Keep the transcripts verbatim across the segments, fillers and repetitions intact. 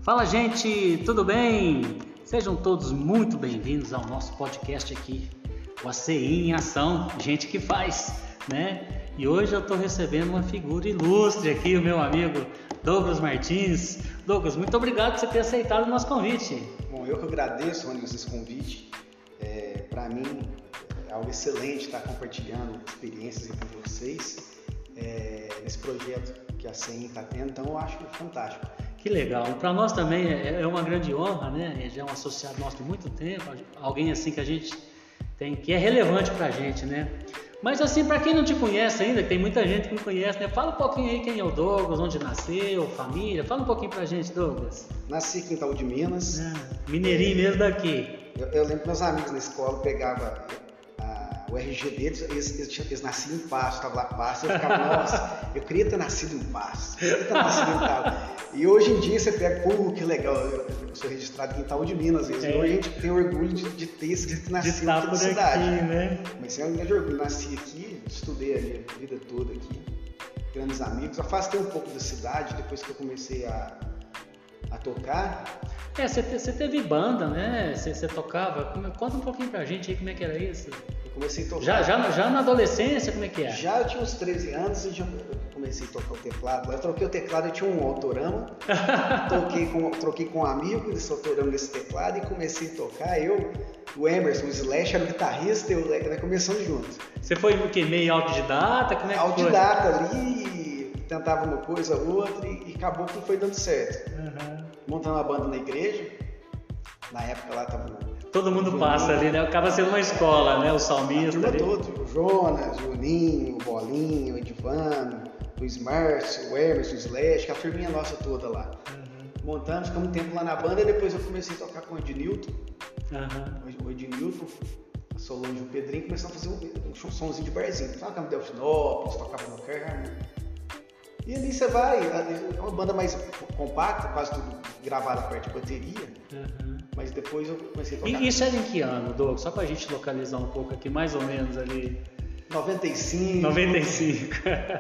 Fala, gente, tudo bem? Sejam todos muito bem-vindos ao nosso podcast aqui, o A C I em Ação, gente que faz, né? E hoje eu estou recebendo uma figura ilustre aqui, o meu amigo Douglas Martins. Douglas, muito obrigado por você ter aceitado o nosso convite. Bom, eu que agradeço, Anderson, esse convite. É, para mim é algo excelente estar compartilhando experiências com vocês é, nesse projeto que a C I está tendo, então eu acho fantástico. Que legal. Para nós também é uma grande honra, né? Já é um associado nosso de muito tempo, alguém assim que a gente tem, que é relevante para a gente, né? Mas assim, para quem não te conhece ainda, que tem muita gente que não conhece, né? Fala um pouquinho aí quem é o Douglas, onde nasceu, família. Fala um pouquinho pra gente, Douglas. Nasci aqui em Itaú de Minas. Ah, mineirinho mesmo daqui. Eu, eu lembro que meus amigos na escola pegavam a, o R G deles, eles, eles, eles nasciam em Passo, estava lá Passo, eu ficava, nossa, eu queria ter nascido em Passo, eu queria ter nascido em Itaú. E hoje em dia você pega, pô, que legal, eu, eu sou registrado aqui em Itaú de Minas, às vezes. É. Hoje a gente tem orgulho de, de ter escrito nascido aqui na cidade. Aqui, né? Mas é um grande orgulho, nasci aqui, estudei a minha vida toda aqui, grandes amigos, afastei um pouco da cidade depois que eu comecei a, a tocar. É, você, você teve banda, né? Você, você tocava, conta um pouquinho pra gente aí como é que era isso. Eu comecei a tocar. Já, já, já na adolescência, como é que é? Já eu tinha uns treze anos e já comecei a tocar o teclado. Eu troquei o teclado, eu tinha um autorama, toquei com, troquei com um amigo desse autorama desse teclado e comecei a tocar. Eu, o Emerson, o Slash era o guitarrista e eu, nós começamos juntos. Você foi o quê? Meio autodidata? Como é que autodidata foi? Ali, tentava uma coisa, outra e, e acabou que não foi dando certo. Uhum. Montando uma banda na igreja, na época lá tava... Todo mundo passa ali, né? Acaba sendo uma escola, né? O salmista. A turma toda, o Jonas, o Juninho, o Bolinho, o Edivano, o Smart, o Emerson, o Slash, a firminha nossa toda lá. Uhum. Montamos, ficamos um tempo lá na banda e depois eu comecei a tocar com o Ednilton. Uhum. O Ednilton, a Solange e o Pedrinho começaram a fazer um, um somzinho de barzinho. Tocava no Delfinópolis, tocava no Carmo. E ali você vai, é uma banda mais compacta, quase tudo gravado a parte de bateria. Uhum. Mas depois eu comecei a tocar. E isso era em que ano, Douglas? Só pra gente localizar um pouco aqui, mais ou menos ali. noventa e cinco. noventa e cinco.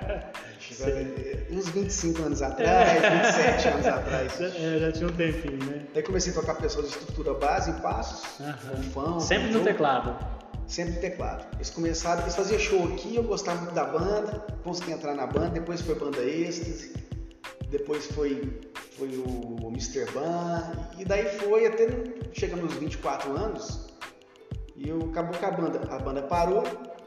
Uns vinte e cinco anos atrás, vinte e sete anos atrás. É, já tinha um tempinho, né? Daí comecei a tocar pessoas de estrutura base, em passos, com fão. Sempre no teclado? Sempre no teclado. Eles começaram, eles faziam show aqui, eu gostava muito da banda, consegui entrar na banda, depois foi Banda Êxtase, depois foi, foi o, o mister Ban, e daí foi até chegamos nos vinte e quatro anos, e eu, acabou que a banda, a banda parou,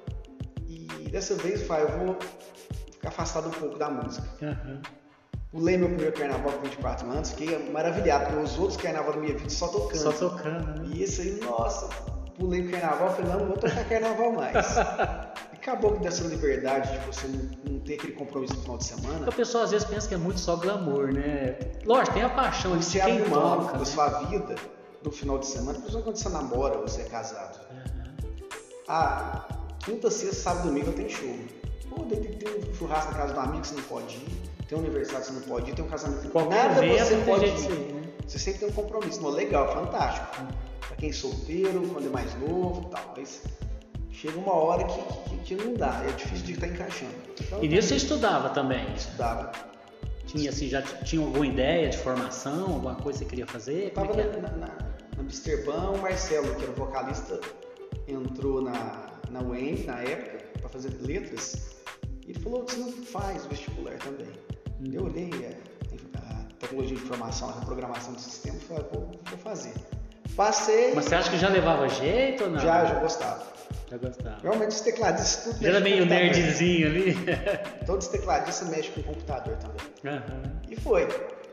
e dessa vez eu falei, eu vou ficar afastado um pouco da música. Uhum. Pulei meu primeiro carnaval com vinte e quatro anos, fiquei maravilhado, porque os outros carnavais da minha vida só tocando. Só tocando, né? E isso aí, nossa, pulei o carnaval, falei, não, não vou tocar carnaval mais. Acabou que dessa liberdade de você não, não ter aquele compromisso no final de semana. O pessoal às vezes pensa que é muito só glamour, né? Lógico, tem a paixão de você quem abre mão toca, da né? sua vida no final de semana, principalmente quando você namora ou você é casado. Uhum. Ah, quinta, sexta, sábado, domingo eu tenho show. Pô, tem, tem um churrasco na casa do amigo que você não pode ir, tem um aniversário que você não pode ir, tem um casamento que nada você pode ir. Ir, né? Você sempre tem um compromisso. Não, legal, fantástico. Uhum. Pra quem é solteiro, quando é mais novo e tal, mas chega uma hora que, que, que não dá, é difícil de estar encaixando. Então, e nisso você estudava também? Estudava. Tinha, assim, já tinha alguma ideia de formação, alguma coisa que você queria fazer? Eu estava é na, na, na mister Ban, o Marcelo, que era o vocalista, entrou na, na U E M na época para fazer letras, e ele falou que você não faz vestibular também. Hum. Eu olhei a, a tecnologia de informação, a programação do sistema, e falei, vou, vou fazer. Passei. Mas você acha que já levava jeito ou não? Já, já gostava. Já gostava. Realmente os tecladistas tudo já era meio nerdzinho ali. Todos os tecladistas mexem com o computador também. Uhum. E foi.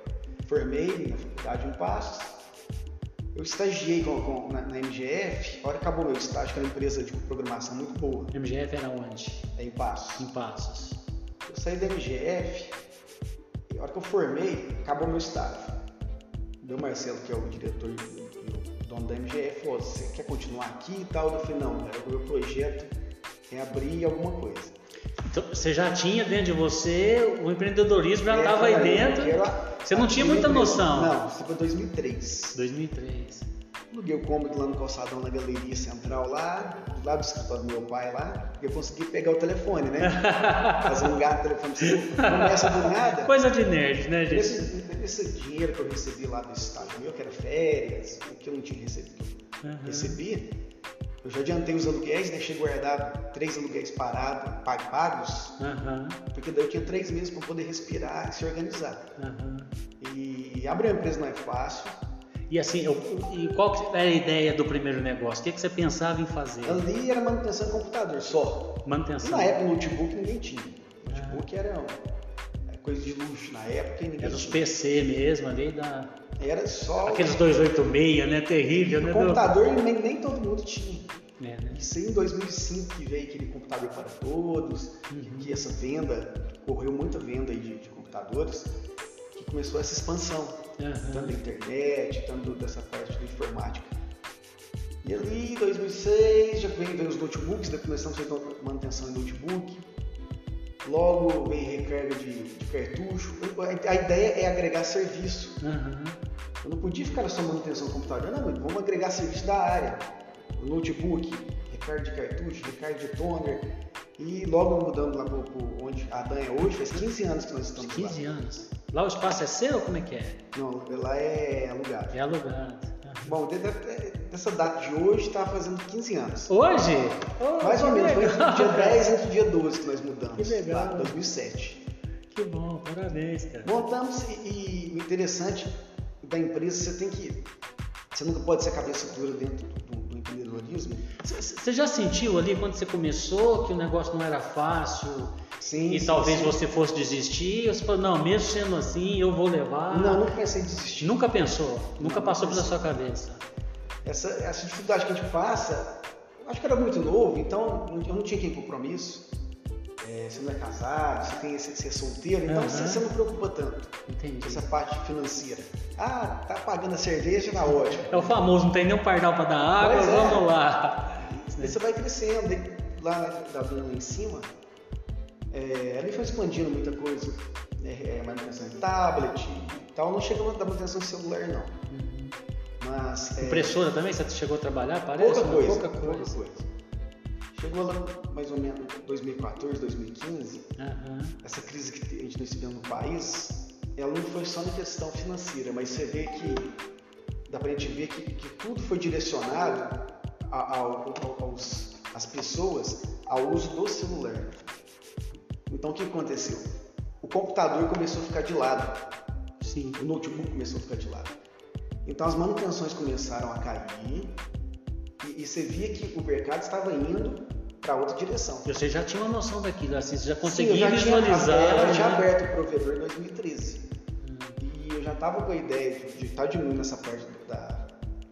Formei na faculdade em Passos. Eu estagiei com, com, na, na M G F. A hora que acabou meu estágio, que era uma empresa de programação muito boa. M G F era onde? É em Passos. Em Passos. Eu saí da M G F. E a hora que eu formei, acabou meu estágio. Meu Marcelo, que é o diretor e o dono da M G F, falou, você quer continuar aqui e tal? Eu falei, não, cara, o meu projeto é abrir alguma coisa. Então, você já tinha dentro de você, o empreendedorismo já estava é, aí dentro, você não tinha muita noção. Não, isso foi dois mil e três. dois mil e três. aluguei o cômodo lá no calçadão, na galeria central lá, do lado do escritório do meu pai lá, e eu consegui pegar o telefone, né? Fazer um gato telefone, você não começa do nada. Coisa de nerd, né, gente? Esse, esse dinheiro que eu recebi lá do estágio meu, que era férias, o que eu não tinha recebido, uhum. recebi, eu já adiantei os aluguéis, deixei guardado três aluguéis parados, pagos, uhum. porque daí eu tinha três meses para poder respirar e se organizar. Uhum. E abrir uma empresa não é fácil. E assim, eu, e qual era a ideia do primeiro negócio? O que, que você pensava em fazer? Ali era manutenção de computador só. Manutenção. E na época, notebook ninguém tinha. Notebook ah. era coisa de luxo na época. Ninguém era os tinha. P C mesmo ali da... Era só... Aqueles duzentos e oitenta e seis, né? Terrível, né? O computador do... nem, nem todo mundo tinha. É, né? Isso aí em dois mil e cinco que veio aquele computador para todos, uhum. que essa venda, correu muita venda aí de, de computadores, que começou essa expansão. Uhum. Tanto da internet, tanto dessa parte da informática. E ali, em dois mil e seis, já veio, veio os notebooks, daí começamos a fazer manutenção em notebook. Logo veio recarga de, de cartucho. A ideia é agregar serviço. Uhum. Eu não podia ficar só manutenção do computador, não, vamos agregar serviço da área. O notebook, recarga de cartucho, recarga de toner. E logo mudando lá para onde a Dan é hoje, faz quinze anos que nós estamos quinze lá. quinze anos. Lá o espaço é seu ou como é que é? Não, lá é alugado. É alugado. Ah. Bom, dessa data de hoje está fazendo quinze anos. Hoje? Oh, Mais ou menos, legal. foi entre o dia dez e entre o dia doze que nós mudamos. Que legal. Lá, em dois mil e sete. Que bom, parabéns, cara. Montamos e, e o interessante da empresa, você tem que... Você nunca pode ser cabeça dura dentro do, do empreendedorismo. Você já sentiu ali quando você começou que o negócio não era fácil? Sim, e sim, talvez sim. você fosse desistir, ou você falou, não, mesmo sendo assim, eu vou levar. Não, nunca pensei em desistir. Nunca pensou? Nunca não, passou não pela sua cabeça? Essa, essa dificuldade que a gente passa, acho que era muito novo, então eu não tinha aquele compromisso. É, você não é casado, você, tem, você é solteiro, então uhum. você, você não preocupa tanto. Entendi. Com essa parte financeira. Ah, tá pagando a cerveja, tá ótimo. É o famoso, não tem nem um pardal para dar água, pois vamos é. lá. Aí você vai crescendo, aí, lá da dona lá em cima, é, ali foi expandindo muita coisa, é, manutenção de tablet e tal, não chegou da manutenção de celular não. Uhum. Mas, é, impressora também? Você chegou a trabalhar? Parece? Pouca coisa, pouca coisa. pouca coisa. Chegou lá mais ou menos dois mil e quatorze, dois mil e quinze, uhum. essa crise que a gente está vivendo no país, ela não foi só na questão financeira, mas você vê que, dá pra gente ver que, que tudo foi direcionado ao, ao, aos, às pessoas ao uso do celular. Então o que aconteceu? O computador começou a ficar de lado, Sim. o notebook começou a ficar de lado. Então as manutenções começaram a cair, e você via que o mercado estava indo para outra direção. Você já tinha uma noção daquilo, assim, você já conseguia Sim, eu já visualizar. Tinha, eu já né? tinha aberto o provedor em dois mil e treze. Hum. E eu já estava com a ideia de, de estar de novo nessa parte da,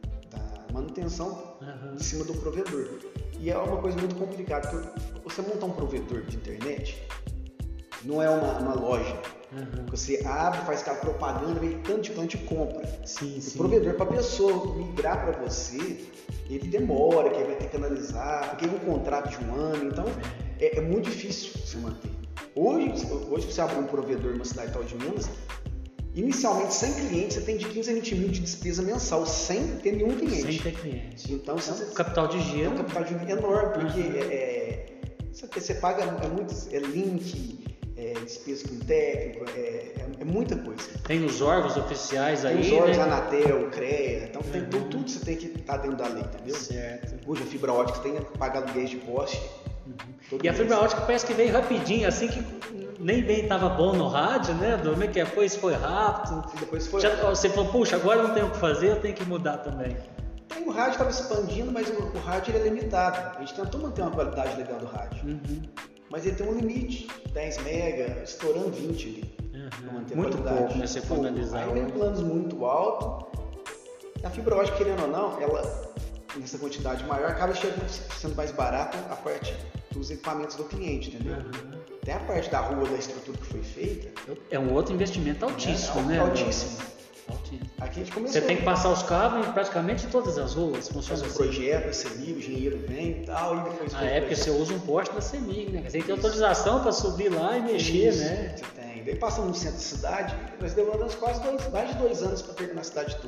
da manutenção uhum. em cima do provedor. E é uma coisa muito complicada, porque você montar um provedor de internet não é uma, uma loja. Uhum. Você abre, faz aquela propaganda, vem tanto de cliente compra. Sim, o sim. provedor, para a pessoa migrar para você, ele demora, que ele vai ter que analisar, porque é um contrato de um ano, então é, é muito difícil você manter. Hoje, hoje você abre um provedor numa cidade tal de Minas, inicialmente sem clientes, você tem de quinze a vinte mil de despesa mensal, sem ter nenhum cliente. Sem ter cliente. Então, é você, um capital de giro. É um capital de giro enorme, porque uhum. é, é, você, você paga é muito, é link, é, despesa com técnico, é, é, é muita coisa. Tem os órgãos oficiais aí, tem os órgãos, né? Anatel, CREA, então uhum. tem tudo, tudo você tem que estar dentro da lei, entendeu? Certo. Hoje a fibra ótica tem que pagar aluguéis de poste. Uhum. E a fibra ótica parece que veio rapidinho, assim que nem bem estava bom no rádio, né? Como é que foi? Isso foi rápido. E depois foi... Já, você falou, puxa, agora não tenho o que fazer, eu tenho que mudar também. Tem, o rádio estava expandindo, mas o, o rádio ele é limitado. A gente tentou manter uma qualidade legal do rádio. Uhum. Mas ele tem um limite, dez mega, estourando vinte ali. Uhum. Manter muito a qualidade. Pouco, né? Se for analisar. Aí vem planos muito altos. A fibra ótica, querendo ou não, ela, nessa quantidade maior, acaba sendo mais barato a parte dos equipamentos do cliente, entendeu? Uhum. Até a parte da rua, da estrutura que foi feita. É um outro investimento altíssimo, é, né? Altíssimo. Altíssimo. Aqui a gente começou. Você tem que passar os cabos em praticamente todas as ruas. Funciona assim. Projeto, C M I, o engenheiro vem e tal, e depois... Ah, é porque você usa um poste da C M I, né? Você tem que ter autorização para subir lá e mexer, Isso, né? Você tem. Daí passamos no centro da cidade, nós demoramos quase dois, mais de dois anos para terminar a cidade toda. Uhum.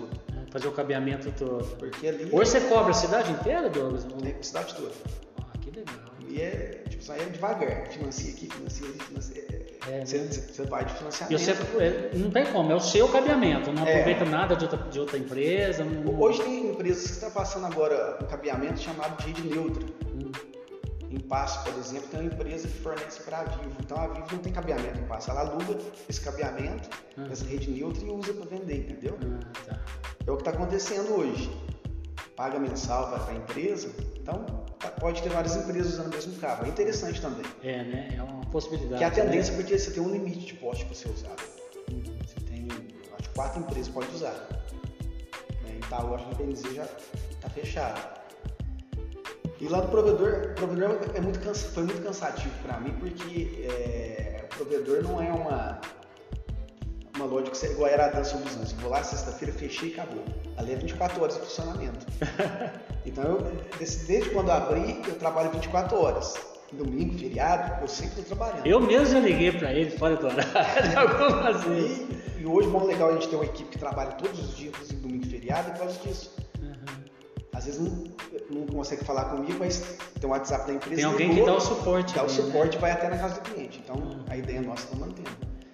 Fazer o cabeamento todo. Porque ali... Hoje você cobra a cidade inteira, Douglas? A cidade toda. Ah, que legal. E é, tipo, isso aí é devagar. Financia aqui, financia ali, financia... É, você, né? você vai de financiamento. E você, é, não tem como, é o seu cabeamento, não aproveita é. nada de outra, de outra empresa. Não... Hoje tem empresas que estão passando agora um cabeamento chamado de rede neutra. Hum. Em Passo, por exemplo, tem uma empresa que fornece para a Vivo. Então a Vivo não tem cabeamento em Passo. Ela aluga esse cabeamento, hum. essa rede neutra e usa para vender, entendeu? Hum, tá. É o que está acontecendo hoje. Paga mensal para a empresa, então pode ter várias empresas usando o mesmo cabo. É interessante também. É, né? É uma possibilidade. Que é a tendência, né? Porque você tem um limite de poste para você usar. Você tem, acho que quatro empresas podem usar. Né? Itaú, acho que a B N Z já está fechado. E lá do provedor, o provedor é muito cansa, foi muito cansativo para mim, porque é, o provedor não é uma, uma loja que você, igual era a Dança dos Anjos. Vou lá sexta-feira, fechei e acabou. Ali é vinte e quatro horas de funcionamento. Então, eu, desde, desde quando eu abri, eu trabalho vinte e quatro horas. Domingo, feriado, eu sempre estou trabalhando. Eu mesmo já liguei para ele fora do horário algumas vezes. E, e hoje, bom, legal a gente ter uma equipe que trabalha todos os dias, inclusive domingo e feriado, por causa disso. Uhum. Às vezes não, não consegue falar comigo, mas tem o WhatsApp da empresa. Tem alguém ligou, que dá o suporte. Dá ali, o suporte e né? vai até na casa do cliente. Então, uhum. a ideia nossa está mantendo.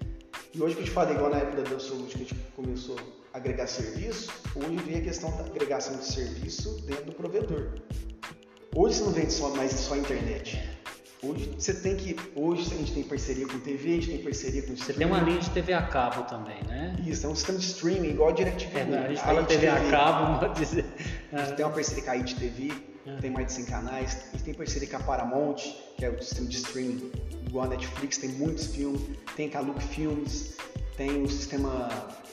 E hoje que eu te falei, igual na época da Dançolute, que a gente começou a agregar serviço, hoje vem a questão da agregação de serviço dentro do provedor. Hoje você não vende só, mais só a internet. Hoje você tem que. Hoje a gente tem parceria com T V, a gente tem parceria com Você tem uma linha de T V a cabo também, né? Isso, é um sistema de streaming igual a DirecTV. É, a gente fala T V a cabo, pode dizer. A gente tem uma parceria com a I T T V, é. tem mais de cem canais. A gente tem parceria com a Paramount, que é o sistema de streaming igual a Netflix, tem muitos filmes. Tem com a Look Filmes, tem o sistema.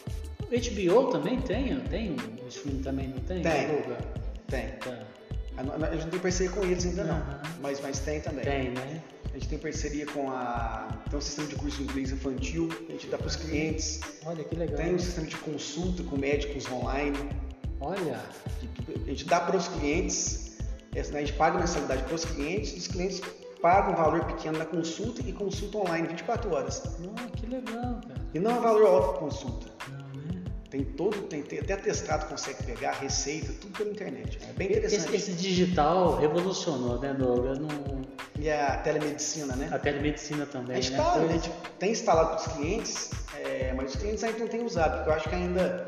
O H B O também tem? Tem um streaming também, não tem? Tem. Luga? Tem. Tá. A gente não tem parceria com eles ainda não, uhum. mas, mas tem também. Tem, né? A gente tem parceria com a... Tem um sistema de curso de inglês infantil, a gente dá para os clientes. Olha, que legal. Tem um sistema de consulta com médicos online. Olha! A gente dá para os clientes, a gente paga mensalidade para os clientes, e os clientes pagam um valor pequeno na consulta e consulta online vinte e quatro horas. Oh, que legal, cara. E não é um valor alto para consulta. Não, né? Tem todo, tem até atestado consegue pegar, receita, tudo pela internet. É bem interessante. Esse, esse digital revolucionou, né, Douglas? Não... E a telemedicina, né? A telemedicina também, a gente né? Tá, a gente tem instalado para os clientes, é, mas os clientes ainda não têm usado, porque eu acho que ainda...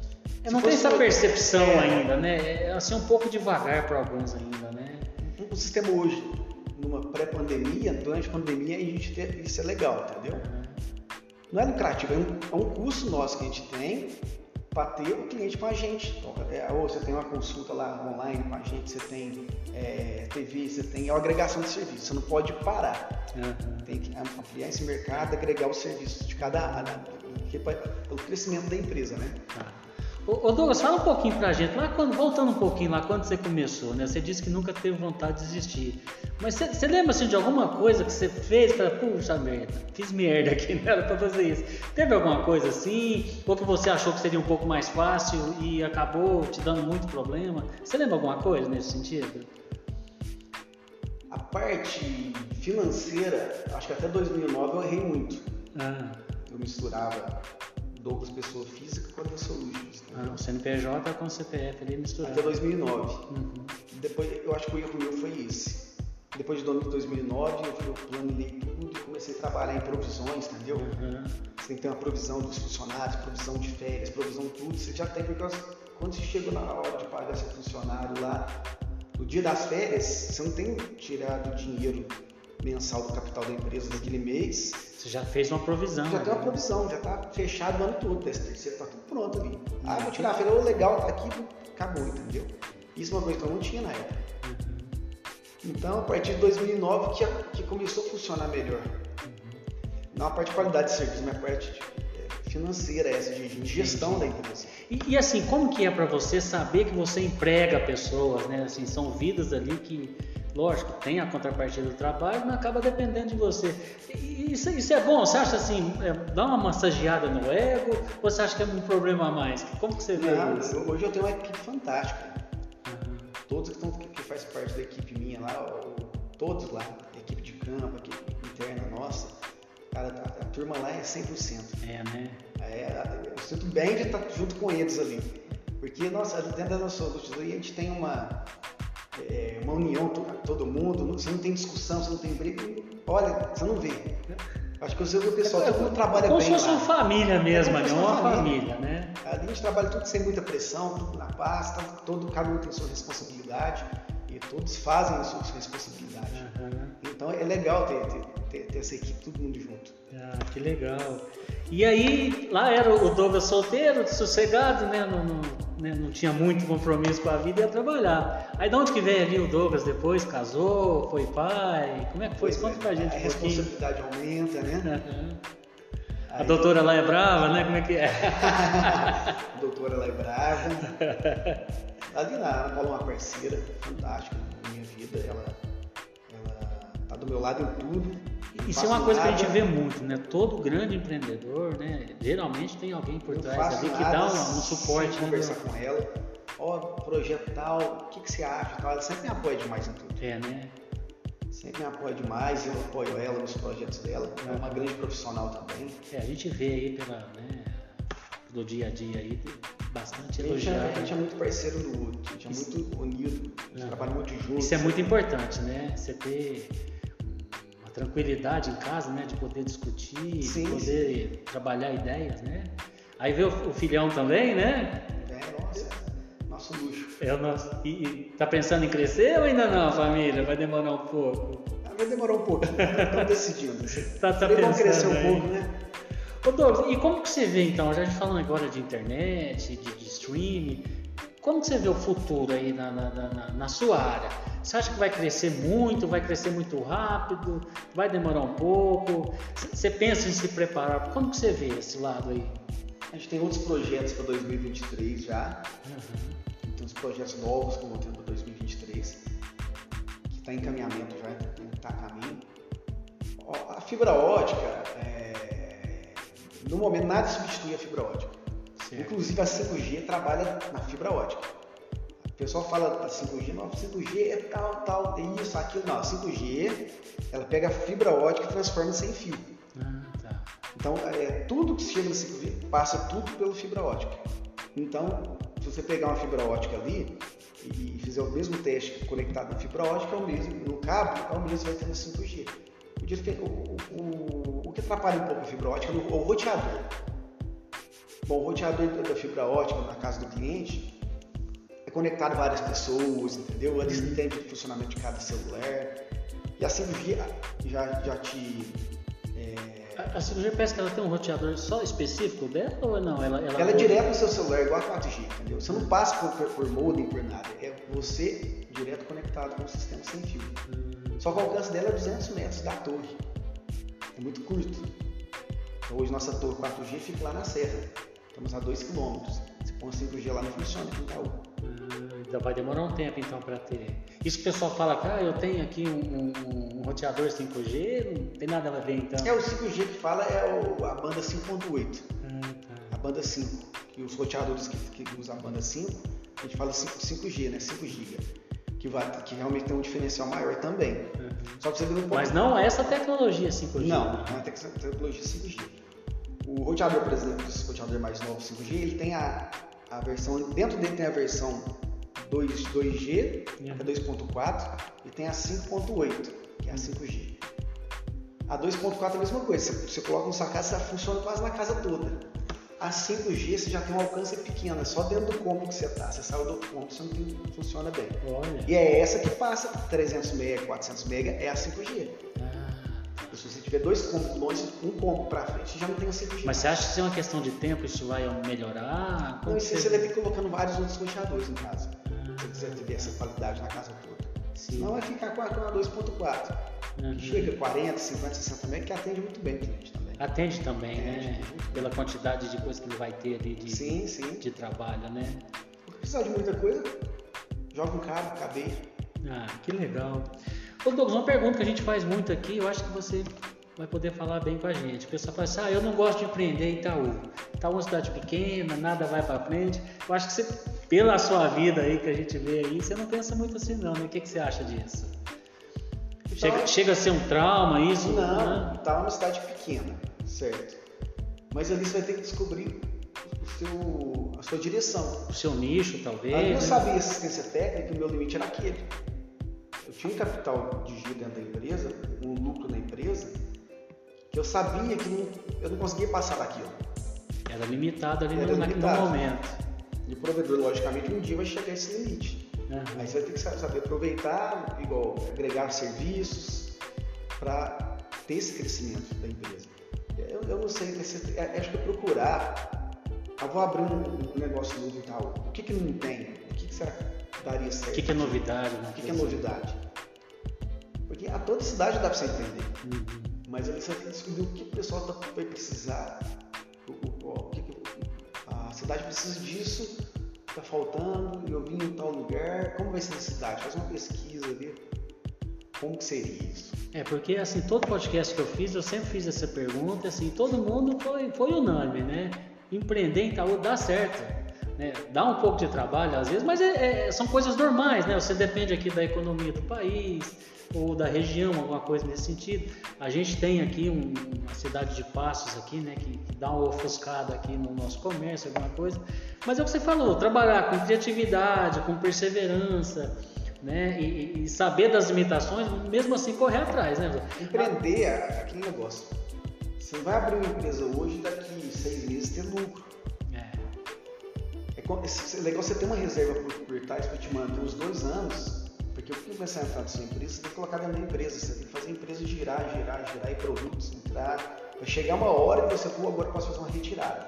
Eu não tenho essa percepção é, ainda, né? É assim, um pouco devagar para alguns ainda, né? O sistema hoje, numa pré-pandemia, durante a pandemia, a gente tem, isso é legal, entendeu? Uhum. Não é lucrativo, é um, é um custo nosso que a gente tem para ter o cliente com a gente. É, ou você tem uma consulta lá online com a gente, você tem é, T V, você tem é uma agregação de serviços, você não pode parar. Uhum. Tem que ampliar esse mercado, agregar os serviços de cada área, pelo crescimento da empresa, né? Ah. Ô Douglas, fala um pouquinho pra gente, lá quando, voltando um pouquinho lá quando você começou, né? Você disse que nunca teve vontade de desistir. Mas você, você lembra assim, de alguma coisa que você fez para, puxa merda, fiz merda aqui, não era pra fazer isso. Teve alguma coisa assim? Ou que você achou que seria um pouco mais fácil e acabou te dando muito problema? Você lembra alguma coisa nesse sentido? A parte financeira, acho que até dois mil e nove eu errei muito. Ah. Eu misturava Douglas pessoa física com a Dançolute. Ah, o C N P J com o C P F ali misturado. Até dois mil e nove. Uhum. Depois, eu acho que o erro meu foi esse. Depois de dois mil e nove, eu planejei tudo e comecei a trabalhar em provisões, entendeu? Uhum. Você tem que ter uma provisão dos funcionários, provisão de férias, provisão de tudo. Você já tem, porque quando você chega na hora de pagar seu funcionário lá, no dia das férias, você não tem tirado o dinheiro mensal do capital da empresa daquele mês. Você já fez uma provisão. Já né? tem uma provisão, já está fechado o ano todo, desse terceiro, está tudo pronto ali. Ah, vou tirar a feira, oh, legal, tá aqui, acabou, entendeu? Isso é uma coisa que eu não tinha na época. Uhum. Então, a partir de dois mil e nove que, que começou a funcionar melhor. Uhum. Não a parte de qualidade de serviço, mas a parte de, financeira, essa de, de gestão da empresa. E, e assim, como que é para você saber que você emprega pessoas, né? Assim, são vidas ali que... Lógico, tem a contrapartida do trabalho, mas acaba dependendo de você. Isso, isso é bom? Você acha assim, é, dá uma massageada no ego? Ou você acha que é um problema a mais? Como que você vê Não, isso? Hoje eu tenho uma equipe fantástica. Uhum. Todos que, estão, que faz parte da equipe minha lá, todos lá, a equipe de campo, a equipe interna nossa, cara, a, a turma lá é cem por cento. É, né? É, eu sinto bem de estar junto com eles ali. Porque nossa, dentro da nossa luta, a gente tem uma, é, uma união, todo mundo, você não tem discussão, você não tem briga, olha, você não vê. Acho que você vê o pessoal, todo mundo trabalha bem. Como se fosse uma família mesmo, é ali, uma família, né? A gente trabalha tudo sem muita pressão, tudo na paz, todo, cada um tem sua responsabilidade e todos fazem a sua responsabilidade. Uhum. Então é legal ter, ter, ter, ter essa equipe, todo mundo junto. Ah, que legal. E aí, lá era o Douglas solteiro, sossegado, né? Não, não, né? Não tinha muito compromisso com a vida e ia trabalhar. Aí de onde que veio ali o Douglas depois? Casou? Foi pai? Como é que foi? Conta pra gente um pouquinho. A responsabilidade aumenta, né? Uhum. A doutora lá é brava, né? Como é que é? A doutora lá é brava. Ali na Ana Paula é uma parceira fantástica na minha vida. Ela, ela tá do meu lado em tudo. Isso é uma coisa nada. que a gente vê muito, né? Todo grande empreendedor, né? Geralmente tem alguém por não trás ali que dá um, um suporte. Né? Conversar com ela. Ó, oh, projeto tal, o que, que você acha? Ela sempre me apoia demais em tudo. É, né? Sempre me apoia demais, eu apoio ela nos projetos dela. É uma grande profissional também. É, a gente vê aí pela, né, do dia a dia aí, bastante a elogiado. A gente é muito parceiro do outro, a gente é isso. muito unido, a gente ah, trabalha muito junto. Isso é muito importante, né? Você ter uma tranquilidade em casa, né? De poder discutir, sim, de poder sim. trabalhar ideias, né? Aí vê o, o filhão também, né? É, nossa, nosso luxo. É o nosso. E, e tá pensando em crescer ou ainda não, família? Vai demorar um pouco? Vai demorar um pouquinho, estamos decidindo. tá, tá pensando crescer um aí. pouco, né? Ô Douglas, e como que você vê então, já a gente falando agora de internet, de, de streaming, como que você vê o futuro aí na, na, na, na sua área? Você acha que vai crescer muito, vai crescer muito rápido, vai demorar um pouco? Você pensa em se preparar? Como que você vê esse lado aí? A gente tem outros projetos para dois mil e vinte e três já, uhum. Tem uns projetos novos que eu vou ter para dois mil e vinte e três, que está em encaminhamento já, está a caminho. A fibra ótica, é... no momento nada substitui a fibra ótica. Certo. Inclusive a cinco G trabalha na fibra ótica. O pessoal fala da cinco G, não, cinco G é tal, tal, tem isso, aquilo. Não, a cinco G ela pega a fibra ótica e transforma em sem fio. Ah, tá. Então, é, tudo que chega no cinco G passa tudo pela fibra ótica. Então, se você pegar uma fibra ótica ali e fizer o mesmo teste conectado na fibra ótica, é o mesmo, no cabo, é o mesmo que vai ter no cinco G. O, o, o, o que atrapalha um pouco a fibra ótica é o roteador. Bom, o roteador da fibra ótica na casa do cliente é conectado a várias pessoas, entendeu? Eles entendem o funcionamento de cada celular. E a cinco G já, já te... É... A, a cinco G parece que ela tem um roteador só específico dela ou não? Ela, ela... ela é direto no seu celular, igual a quatro G, entendeu? Você não passa por, por modem, por nada. É você direto conectado com o sistema sem fio. Hum. Só que o alcance dela é duzentos metros da torre. É muito curto. Então, hoje nossa torre quatro G fica lá na serra. Estamos a dois quilômetros. Se põe cinco G lá não funciona aqui em Itaú. Hum, então vai demorar um tempo então para ter. Isso que o pessoal fala que ah, eu tenho aqui um, um, um roteador cinco G, não tem nada a ver então. É o cinco G que fala é o, a banda cinco ponto oito. Hum, tá. A banda cinco. E os roteadores que, que usam a banda cinco, a gente fala cinco G, né? cinco gigas. Que, vai, que realmente tem um diferencial maior também. Uhum. Só que você vê um pouco... Mas não é essa tecnologia cinco G. Não, não é a tecnologia cinco G. O roteador, por exemplo, esse roteador mais novo cinco G, ele tem a, a versão, dentro dele tem a versão dois G, uhum. que é dois ponto quatro, e tem a cinco ponto oito, que é a cinco G. A dois ponto quatro é a mesma coisa, você, você coloca na sua casa, ela funciona quase na casa toda. A cinco G você já tem um alcance pequeno, é só dentro do cômodo que você está. Você saiu do cômodo, você não, tem, não funciona bem. Olha. E é essa que passa trezentos mega, quatrocentos mega, é a cinco G. Ah. E se você tiver dois cômodos longe, um cômodo para frente, você já não tem a cinco G. Mas você acha que isso é uma questão de tempo, isso vai melhorar? Não, isso você... você deve ir colocando vários outros roteadores em casa. Ah. Se você quiser ter essa qualidade na casa toda. Sim. Senão vai ficar com a dois ponto quatro. Uhum. Que chega a quarenta, cinquenta, sessenta mega, que atende muito bem o cliente também. Atende também, atende, né? Pela quantidade de coisa que ele vai ter ali de, sim, sim. de trabalho, né? Se precisar de muita coisa, joga um cabo, cabeia. Ah, que legal. Ô Douglas, uma pergunta que a gente faz muito aqui, eu acho que você vai poder falar bem com a gente. O pessoal fala assim, ah, eu não gosto de empreender em Itaú. Itaú é uma cidade pequena, nada vai para frente. Eu acho que você, pela sua vida aí que a gente vê aí, você não pensa muito assim não, né? O que, que você acha disso? Chega, então, chega a ser um trauma isso? Não, Itaú é uma cidade pequena, certo? Mas ali você vai ter que descobrir o seu, a sua direção. O seu nicho, talvez. Mas eu né? sabia assistência técnica, o meu limite era aquele. Eu tinha um capital de giro dentro da empresa, um lucro na empresa, que eu sabia que não, eu não conseguia passar daquilo. Era limitado ali Era no, naquele limitado. momento. E o provedor, logicamente, um dia vai chegar a esse limite. Uhum. Aí você vai ter que saber aproveitar, igual agregar serviços para ter esse crescimento da empresa. Eu, eu não sei, acho que é procurar. Eu vou abrir um, um negócio novo e tal. O que que não tem? O que que será que daria certo? O que, que é novidade? Né? O que, que é novidade? Porque a toda cidade dá para você entender. Uhum. Mas ali você tem que descobrir o que o pessoal tá, vai precisar. O, o, o que, que a cidade precisa disso, está faltando, eu vim em tal lugar. Como vai ser na cidade? Faz uma pesquisa, ver como que seria isso. É, porque assim, todo podcast que eu fiz, eu sempre fiz essa pergunta, assim, todo mundo foi, foi unânime, né? Empreender em Itaú dá certo, né? Dá um pouco de trabalho às vezes, mas é, é, são coisas normais, né? Você depende aqui da economia do país ou da região, alguma coisa nesse sentido. A gente tem aqui um, uma cidade de Passos aqui, né? Que, que dá uma ofuscada aqui no nosso comércio, alguma coisa. Mas é o que você falou, trabalhar com criatividade, com perseverança, né? E, e saber das limitações, mesmo assim correr atrás, né? Empreender é aquele negócio. Você vai abrir uma empresa hoje, daqui seis meses ter lucro. É. É legal você ter uma reserva por, por trás para te manter uns dois anos, porque o que começar a entrar na sua empresa, você tem que colocar dentro da empresa, você tem que fazer a empresa girar, girar, girar, e produtos entrar. Vai chegar uma hora que você, pô, agora eu posso fazer uma retirada.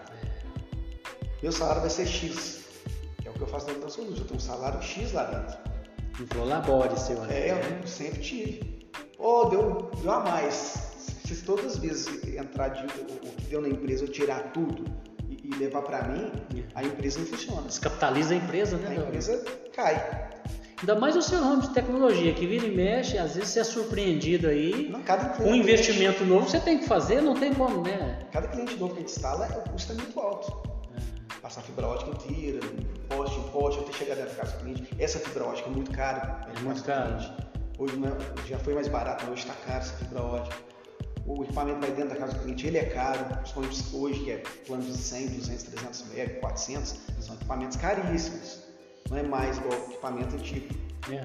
Meu salário vai ser X, que é o que eu faço dentro da Solution, eu tenho um salário X lá dentro. Então labore seu. É, eu sempre tive. Pô, deu, deu a mais. Se todas as vezes entrar de, o que deu na empresa, eu tirar tudo e, e levar para mim, a empresa não funciona. Descapitaliza a empresa, né? A empresa cai. Ainda mais o seu ramo de tecnologia, que vira e mexe, às vezes você é surpreendido aí. Não, cada com um investimento cliente, novo você tem que fazer, não tem como, né? Cada cliente novo que a gente instala, o custo é muito alto. É. Passar fibra ótica inteira, poste em poste, até chegar dentro da casa do cliente. Essa fibra ótica é muito cara. É muito caro. Hoje não é, já foi mais barato, mas hoje está caro essa fibra ótica. O equipamento vai dentro da casa do cliente, ele é caro, principalmente hoje, que é plano de cem, duzentos, trezentos mega, quatrocentos, são equipamentos caríssimos. Não é mais igual o equipamento antigo.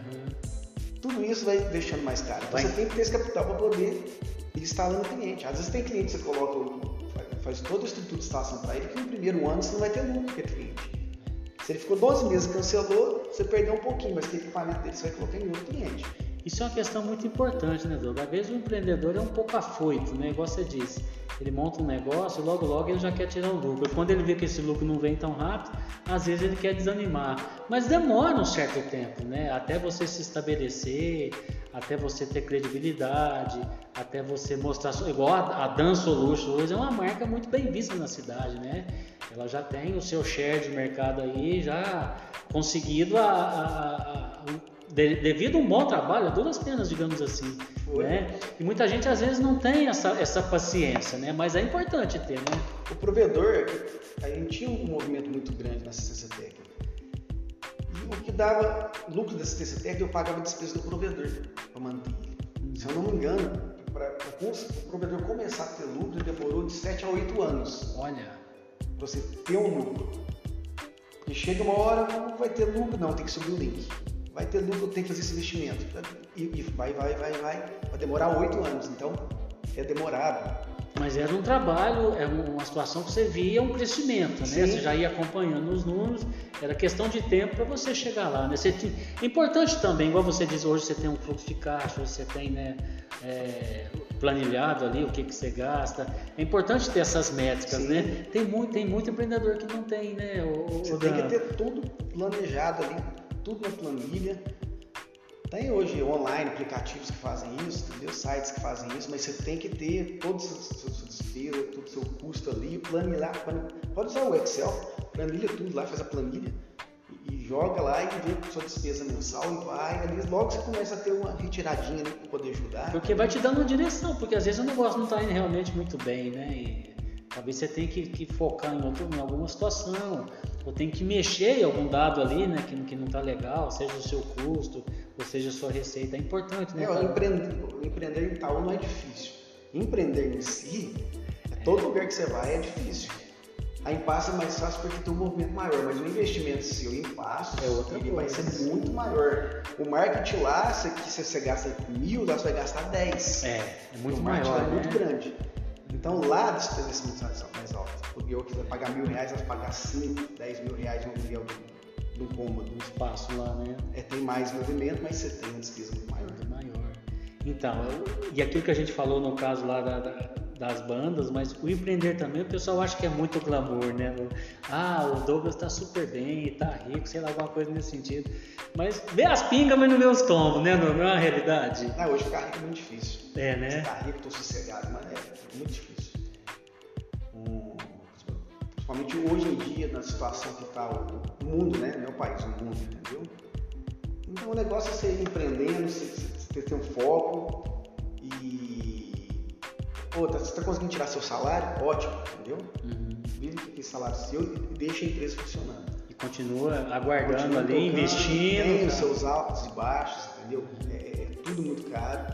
Uhum. Tudo isso vai deixando mais caro. Então, você tem que ter esse capital para poder ir instalando o cliente. Às vezes tem cliente que você coloca, faz toda a estrutura de instalação para ele, que no primeiro ano você não vai ter lucro com aquele cliente. Se ele ficou doze meses e cancelou, você perdeu um pouquinho, mas aquele equipamento dele você vai colocar em outro cliente. Isso é uma questão muito importante, né, Douglas? Às vezes o empreendedor é um pouco afoito, né? Igual você disse. Ele monta um negócio, logo logo ele já quer tirar um lucro. Quando ele vê que esse lucro não vem tão rápido, às vezes ele quer desanimar. Mas demora um certo tempo, né? Até você se estabelecer, até você ter credibilidade, até você mostrar... Igual a, a Dan Solution hoje é uma marca muito bem vista na cidade, né? Ela já tem o seu share de mercado aí, já conseguido a... a, a, a devido a um bom trabalho, a duras penas, digamos assim, né? E muita gente às vezes não tem essa, essa paciência, né? Mas é importante ter, né? O provedor, a gente tinha um movimento muito grande na assistência técnica. E o que dava lucro da assistência técnica, eu pagava a despesa do provedor para manter ele. Hum. Se eu não me engano, para o provedor começar a ter lucro, demorou de sete a oito anos. Olha. Para você ter um lucro. Porque chega uma hora, não vai ter lucro, não, tem que subir o link. Vai ter lucro, tem que fazer esse investimento. E, e vai, vai, vai, vai. Vai demorar oito anos, então é demorado. Mas era um trabalho, é uma situação que você via um crescimento, né? Sim. Você já ia acompanhando os números, era questão de tempo para você chegar lá, né? Você tinha... É importante também, igual você diz, hoje você tem um fluxo de caixa, hoje você tem, né, é, planilhado ali o que, que você gasta. É importante ter essas métricas, Sim. né? Tem muito, tem muito empreendedor que não tem, né? O, você o tem da... que ter tudo planejado ali. Tudo na planilha. Tem hoje online aplicativos que fazem isso, entendeu? Sites que fazem isso, mas você tem que ter todas as suas despesas, todo o seu custo ali, planilhar. Pode usar o Excel, planilha tudo lá, faz a planilha e, e joga lá e vê a sua despesa mensal e vai ali. Logo você começa a ter uma retiradinha ali para poder ajudar. Porque vai te dando uma direção, porque às vezes o negócio não está indo realmente muito bem, né? E talvez você tenha que, que focar em, outro, em alguma situação. Ou tem que mexer em algum dado ali, né, que, que não está legal, seja o seu custo, ou seja a sua receita, é importante, né? É, o empreender, empreender em Itaú não é difícil. Empreender em si, é. todo lugar que você vai é difícil. A em passo é mais fácil porque tem um movimento maior, mas o investimento seu em passos é outra ele coisa. vai ser muito maior. O marketing lá, se você, você gasta mil, lá você vai gastar dez. É, é muito o maior. O marketing né? é muito grande. Então lá os investimentos são mais altos. Porque eu quiser pagar mil reais, vai pagar cinco, dez mil reais no aluguel do, do cômodo. Um espaço lá, né? É, tem mais movimento, mas você tem uma despesa muito maior. Muito maior. Então, eu, e aquilo que a gente falou no caso lá da, da, das bandas, mas o empreender também, o pessoal acha que é muito glamour, né? Ah, o Douglas tá super bem, tá rico, sei lá, alguma coisa nesse sentido. Mas vê as pingas, mas não vê os tombos, né? Não, não é uma realidade. Ah, hoje ficar rico é muito difícil. É, né? Ficar rico, tô sossegado, mas é muito difícil. Um, principalmente hoje em dia, na situação que tá o, o mundo, né? Meu país, o mundo, entendeu? Então o negócio é você ir empreendendo, você, você ter um foco e... Pô, tá, você está conseguindo tirar seu salário? Ótimo, entendeu? Uhum. Vive com aquele salário seu e deixa a empresa funcionando. E continua aguardando continua ali, tocando, investindo. Tem os seus altos e baixos, entendeu? É, é tudo muito caro.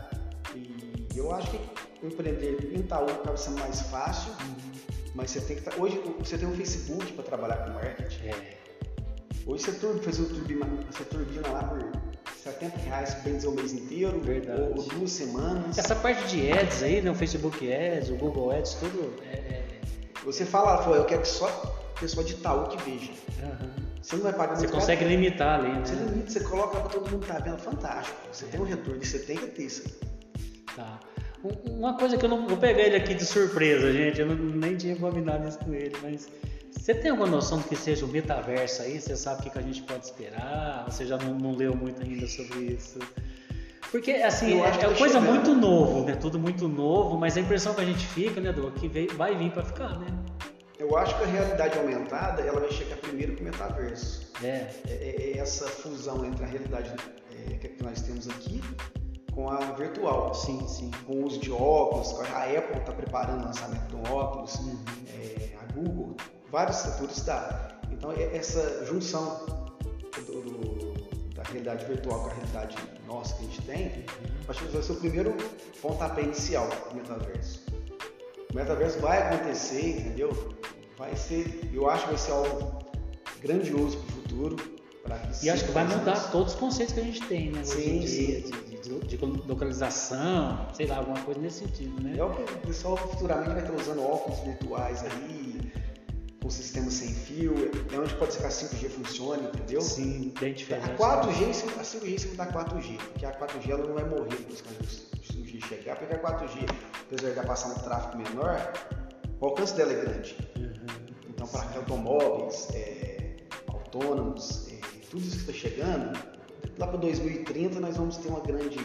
E eu acho que empreender em Itaú acaba sendo mais fácil, uhum. mas você tem que estar... Hoje você tem um Facebook para trabalhar com marketing. É. Hoje você faz o turbina, você turbina lá por setenta reais, bem dizer, o mês inteiro, ou, ou duas semanas. Essa parte de ads aí, né? O Facebook Ads, o Google Ads, tudo é... é... Você fala, pô, eu quero que só pessoa de Itaú que veja. Uhum. Você não vai pagar Você muito consegue caro. limitar ali, né? Você limita, você coloca para todo mundo tá vendo, fantástico. Você é. tem um retorno e você tem que ter isso aí. Tá. Uma coisa que eu não vou pegar ele aqui de surpresa, gente, eu não, nem tinha combinado isso com ele, mas você tem alguma noção do que seja o metaverso aí? Você sabe o que, que a gente pode esperar? Você já não, não leu muito ainda sobre isso? Porque, assim, é, é uma coisa chegando. muito novo, né? Tudo muito novo, mas a impressão que a gente fica, né, Dô, que veio, vai vir para ficar, né? Eu acho que a realidade aumentada, ela vai chegar primeiro com o metaverso. É. É, é essa fusão entre a realidade é, que nós temos aqui com a virtual. Sim, sim. Com o uso de óculos, a Apple está preparando o lançamento de um óculos, uhum. é, a Google, vários setores da. Então, essa junção do, do, da realidade virtual com a realidade nossa que a gente tem, uhum. acho que vai ser o primeiro pontapé inicial do metaverso. O metaverso vai acontecer, entendeu? Vai ser, eu acho que vai ser algo grandioso para o futuro. E acho que vai mudar todos os conceitos que a gente tem, né? Sim, hoje em dia, sim. De, de, de localização, sei lá, alguma coisa nesse sentido, né? É o que o pessoal futuramente vai estar usando óculos virtuais aí, com sistema sem fio, é onde pode ser que a cinco G funcione, entendeu? Sim, bem diferente. A quatro G, a cinco G se dá quatro G, porque a quatro G ela não vai morrer depois que a cinco G chegar, porque a quatro G, apesar de passar um tráfego menor, o alcance dela é grande. Uhum. Então, para automóveis, é, autônomos, é, tudo isso que está chegando, lá para dois mil e trinta nós vamos ter uma grande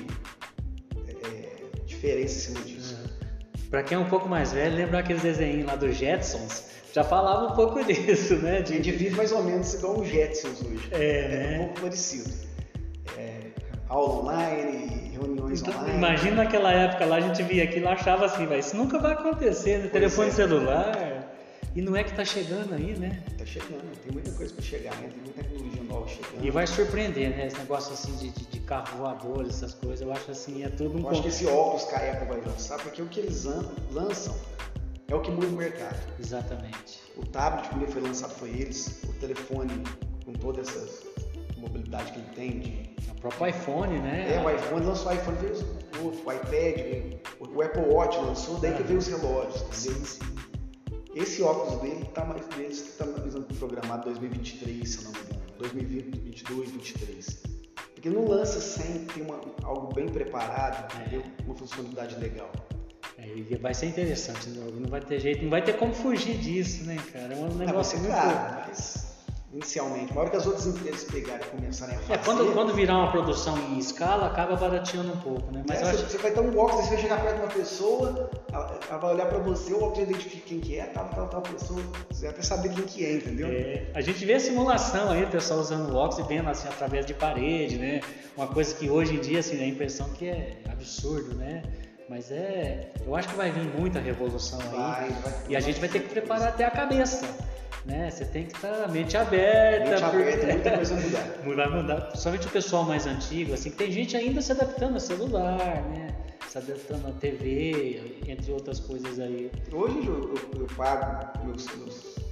é, diferença em cima disso. Uhum. Para quem é um pouco mais velho, lembra aqueles desenhos lá dos Jetsons? Já falava um pouco disso, né? De... A gente vive mais ou menos igual os Jetsons hoje. É, né? É um pouco parecido. É, aula online, reuniões então, online. Imagina naquela época lá, a gente via aquilo e achava assim, mas isso nunca vai acontecer, né? Telefone é. celular. E não é que tá chegando aí, né? Tá chegando, tem muita coisa para chegar, né? Tem muita tecnologia nova chegando. E vai surpreender, né? Esse negócio assim de, de, de carro voador, essas coisas, eu acho assim, é tudo um Eu acho que esse óculos que a Apple vai lançar, porque o que eles lançam é o que muda o mercado. Exatamente. O tablet que foi lançado foi eles, o telefone com toda essa mobilidade que ele tem. De... O próprio iPhone, né? É, o iPhone lançou o iPhone, veio o outro, o iPad, o Apple Watch lançou, daí ah, que veio os relógios, entendeu? Sim, sim. Esse óculos dele está mais deles está programado dois mil e vinte e três, se eu não me engano, dois mil e vinte, vinte e dois, vinte e três. Porque não lança sem ter uma, algo bem preparado, entendeu? É. Uma funcionalidade legal. É, vai ser interessante, não vai ter jeito, não vai ter como fugir disso, né, cara? É um negócio não, muito... Claro, mas inicialmente, uma hora que as outras empresas pegarem e começarem a fazer... É, quando, quando virar uma produção em escala, acaba barateando um pouco, né? Mas é, eu você, acho... você vai ter um óculos, você vai chegar perto de uma pessoa, ela, ela vai olhar pra você, o óculos identifica quem que é, tal, tal, tal pessoa, você vai até saber quem que é, entendeu? É, a gente vê a simulação aí, o pessoal usando o óculos e vendo assim através de parede, né? Uma coisa que hoje em dia, assim, a impressão que é absurdo, né? Mas é, eu acho que vai vir muita revolução aí vai, vai, e a gente vai ter que preparar até a cabeça, né? Você tem que estar mente aberta. Mente porque... aberta, muita coisa vai mudar. Vai mudar, principalmente o pessoal mais antigo, assim, que tem gente ainda se adaptando a celular, né? Se adaptando a T V, entre outras coisas aí. Hoje eu, eu, eu pago meus, meus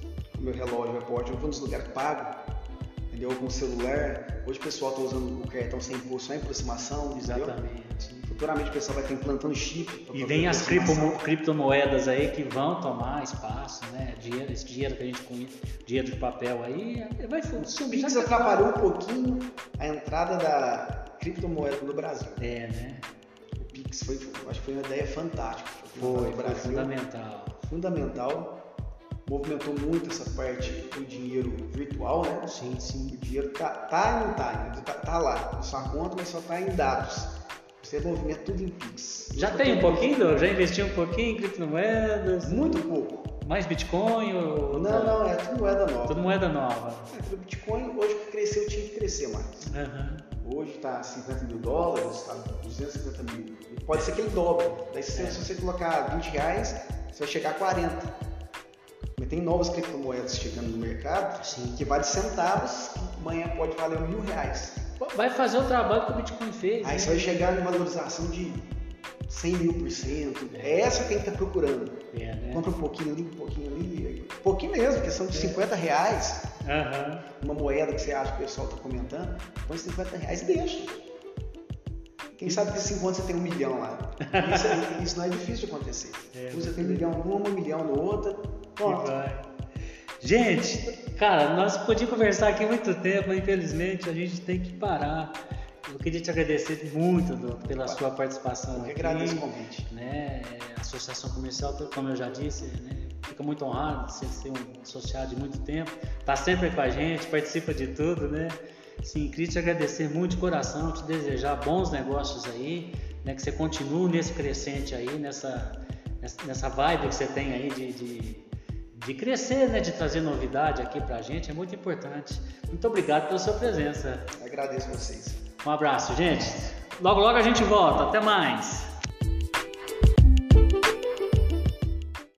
meu relógio, meu porte, eu vou nos lugares pagos, entendeu? Com celular. Hoje o pessoal está usando o cartão sem imposto, só em aproximação, Exatamente. Entendeu? Futuramente o pessoal vai estar implantando chip. E vem as criptomo- criptomoedas aí que vão tomar espaço, né? Dinheiro, esse dinheiro que a gente conhece, dinheiro de papel aí, vai subir. O Pix atrapalhou um pouquinho a entrada da criptomoeda no Brasil. É, né? O Pix foi, acho que foi uma ideia fantástica. Foi, foi fundamental. Fundamental. Movimentou muito essa parte do dinheiro virtual, né? Sim, sim. O dinheiro tá, tá e não tá, tá, tá lá, na sua conta, mas só tá em dados. Você movimenta tudo em Pix. Já tem um pouquinho? Já investiu um pouquinho em criptomoedas? Muito pouco. Mais Bitcoin? Ou... Não, não, é tudo moeda nova. Tudo moeda nova. É, o Bitcoin, hoje que cresceu, tinha que crescer mais. Uhum. Hoje está cinquenta mil dólares, está duzentos e cinquenta mil. E pode ser que ele dobre. Daí se, é. se você colocar vinte reais, você vai chegar a quarenta. Mas tem novas criptomoedas chegando no mercado. Sim. Que vale centavos, que amanhã pode valer mil reais. Vai fazer o trabalho que o Bitcoin fez. Aí né? você vai chegar em valorização de cem mil por cento. É essa que a gente está procurando. É, né? Compra um pouquinho ali, um pouquinho ali. Um pouquinho mesmo, questão de é. cinquenta reais. Uhum. Uma moeda que você acha que o pessoal está comentando, põe cinquenta reais e deixa. Quem sabe que cinco anos você tem um milhão lá. Isso, isso não é difícil de acontecer. É, você tem um milhão numa, um milhão no outra. Pronto. Gente, cara, nós podíamos conversar aqui muito tempo, mas infelizmente a gente tem que parar. Eu queria te agradecer muito do, pela Opa. sua participação eu aqui. Eu agradeço o convite. Né? A Associação Comercial, como eu já disse, né? Fica muito honrado de você ser um associado de muito tempo. Está sempre com a gente, participa de tudo, né? Sim, queria te agradecer muito de coração, te desejar bons negócios aí, né? Que você continue nesse crescente aí, nessa, nessa vibe que você tem aí de, de, de crescer, né? De trazer novidade aqui pra gente, é muito importante. Muito obrigado pela sua presença. Eu agradeço a vocês. Um abraço, gente. Logo, logo a gente volta. Até mais.